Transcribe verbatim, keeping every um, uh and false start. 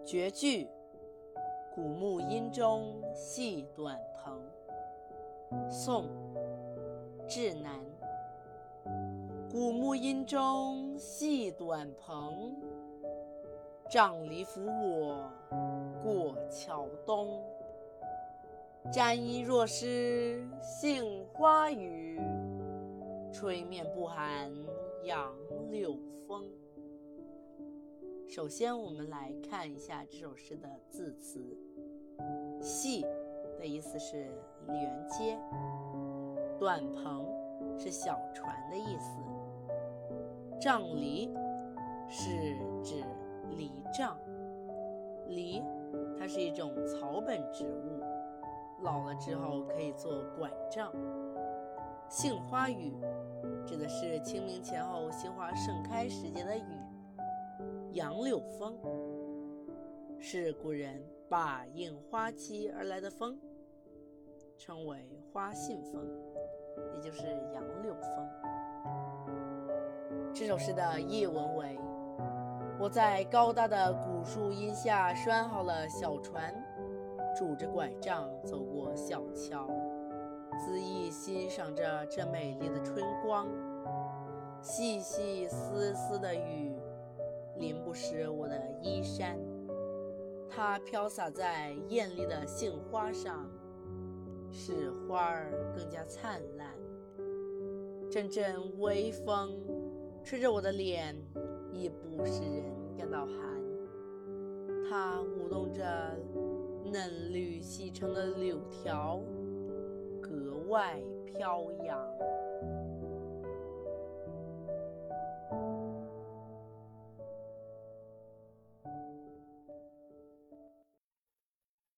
绝句：古木阴中系短篷。宋·志南。古木阴中系短篷，杖藜扶我过桥东。沾衣若湿杏花雨，吹面不寒杨柳风。首先我们来看一下这首诗的字词。系的意思是连接，短篷是小船的意思，杖藜是指藜杖。藜它是一种草本植物，老了之后可以做拐杖。杏花雨指的是清明前后杏花盛开时节的雨。杨柳风是古人把应花期而来的风，称为花信风，也就是杨柳风。这首诗的译文为：我在高大的古树荫下拴好了小船，拄着拐杖走过小桥，恣意欣赏着这美丽的春光。细细丝丝的雨淋不湿我的衣衫，它飘洒在艳丽的杏花上，使花儿更加灿烂。阵阵微风吹着我的脸，亦不使人感到寒。它舞动着嫩绿细长的柳条，格外飘扬。